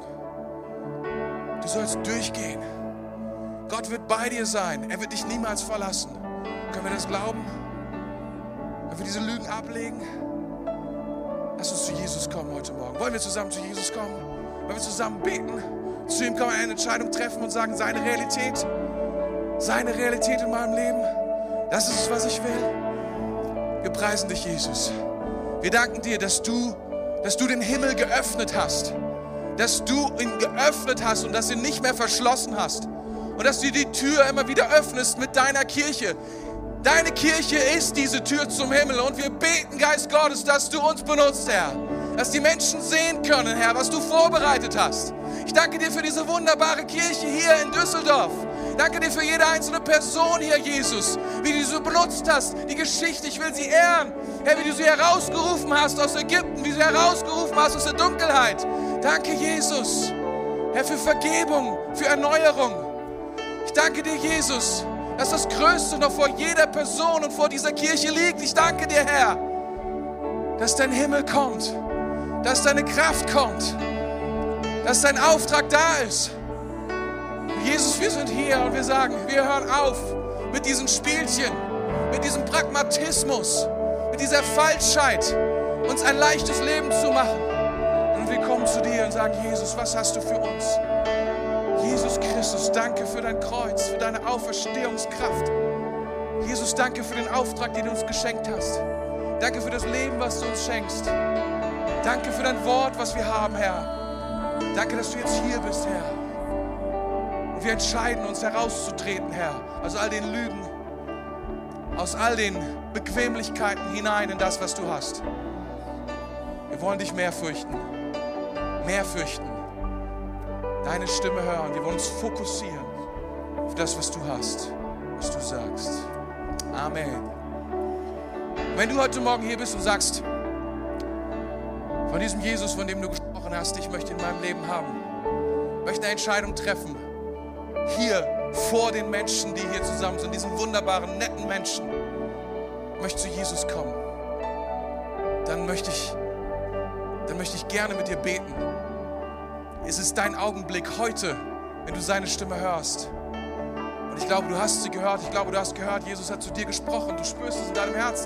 Du sollst durchgehen. Gott wird bei dir sein. Er wird dich niemals verlassen. Können wir das glauben? Können wir diese Lügen ablegen? Lass uns zu Jesus kommen heute Morgen. Wollen wir zusammen zu Jesus kommen? Wollen wir zusammen beten? Zu ihm kommen, eine Entscheidung treffen und sagen, seine Realität in meinem Leben, das ist es, was ich will. Wir preisen dich, Jesus. Wir danken dir, dass du den Himmel geöffnet hast. Dass du ihn geöffnet hast und dass du ihn nicht mehr verschlossen hast. Und dass du die Tür immer wieder öffnest mit deiner Kirche. Deine Kirche ist diese Tür zum Himmel. Und wir beten, Geist Gottes, dass du uns benutzt, Herr. Dass die Menschen sehen können, Herr, was du vorbereitet hast. Ich danke dir für diese wunderbare Kirche hier in Düsseldorf. Danke dir für jede einzelne Person hier, Jesus, wie du sie benutzt hast, die Geschichte, ich will sie ehren. Herr, wie du sie herausgerufen hast aus Ägypten, wie du sie herausgerufen hast aus der Dunkelheit. Danke, Jesus, Herr, für Vergebung, für Erneuerung. Ich danke dir, Jesus, dass das Größte noch vor jeder Person und vor dieser Kirche liegt. Ich danke dir, Herr, dass dein Himmel kommt, dass deine Kraft kommt, dass dein Auftrag da ist. Jesus, wir sind hier und wir sagen, wir hören auf mit diesen Spielchen, mit diesem Pragmatismus, mit dieser Falschheit, uns ein leichtes Leben zu machen. Und wir kommen zu dir und sagen, Jesus, was hast du für uns? Jesus Christus, danke für dein Kreuz, für deine Auferstehungskraft. Jesus, danke für den Auftrag, den du uns geschenkt hast. Danke für das Leben, was du uns schenkst. Danke für dein Wort, was wir haben, Herr. Danke, dass du jetzt hier bist, Herr. Und wir entscheiden uns herauszutreten, Herr, aus all den Lügen, aus all den Bequemlichkeiten hinein in das, was du hast. Wir wollen dich mehr fürchten, deine Stimme hören. Wir wollen uns fokussieren auf das, was du hast, was du sagst. Amen. Und wenn du heute Morgen hier bist und sagst, von diesem Jesus, von dem du gesprochen hast, ich möchte in meinem Leben haben, möchte eine Entscheidung treffen, hier vor den Menschen, die hier zusammen sind, diesen wunderbaren, netten Menschen, möchte zu Jesus kommen, dann möchte ich gerne mit dir beten. Es ist dein Augenblick heute, wenn du seine Stimme hörst. Und ich glaube, du hast sie gehört. Ich glaube, du hast gehört, Jesus hat zu dir gesprochen. Du spürst es in deinem Herzen.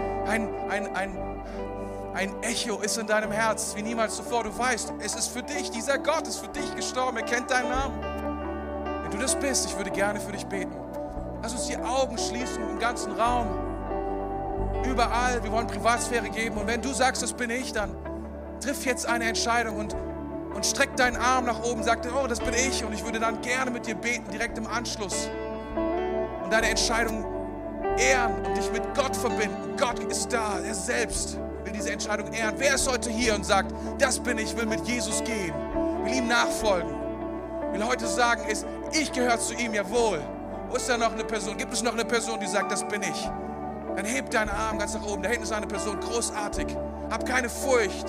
Ein Echo ist in deinem Herz, wie niemals zuvor. Du weißt, es ist für dich. Dieser Gott ist für dich gestorben. Er kennt deinen Namen. Wenn du das bist, ich würde gerne für dich beten. Lass uns die Augen schließen im ganzen Raum. Überall. Wir wollen Privatsphäre geben. Und wenn du sagst, das bin ich, dann triff jetzt eine Entscheidung und streck deinen Arm nach oben. Sag, oh, das bin ich. Und ich würde dann gerne mit dir beten, direkt im Anschluss. Und deine Entscheidung ehren und dich mit Gott verbinden. Gott ist da. Er selbst will diese Entscheidung ehren. Wer ist heute hier und sagt, das bin ich, will mit Jesus gehen, will ihm nachfolgen, will heute sagen, ich gehöre zu ihm, jawohl. Wo ist da noch eine Person? Gibt es noch eine Person, die sagt, das bin ich? dann heb deinen Arm ganz nach oben. Da hinten ist eine Person, großartig. Hab keine Furcht.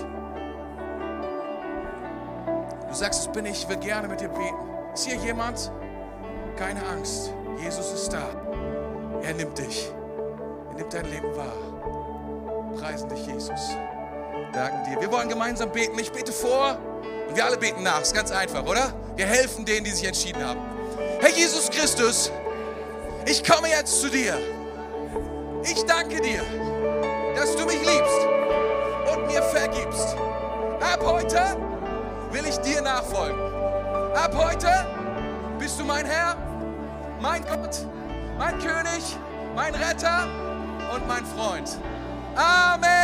Du sagst, das bin ich will gerne mit dir beten. Ist hier jemand? Keine Angst. Jesus ist da. Er nimmt dich. Er nimmt dein Leben wahr. Preisen dich, Jesus. Danken dir. Wir wollen gemeinsam beten. Ich bete vor und wir alle beten nach. Ist ganz einfach, oder? Wir helfen denen, die sich entschieden haben. Herr Jesus Christus, ich komme jetzt zu dir. Ich danke dir, dass du mich liebst und mir vergibst. Ab heute will ich dir nachfolgen. Ab heute bist du mein Herr, mein Gott, mein König, mein Retter und mein Freund. Amen.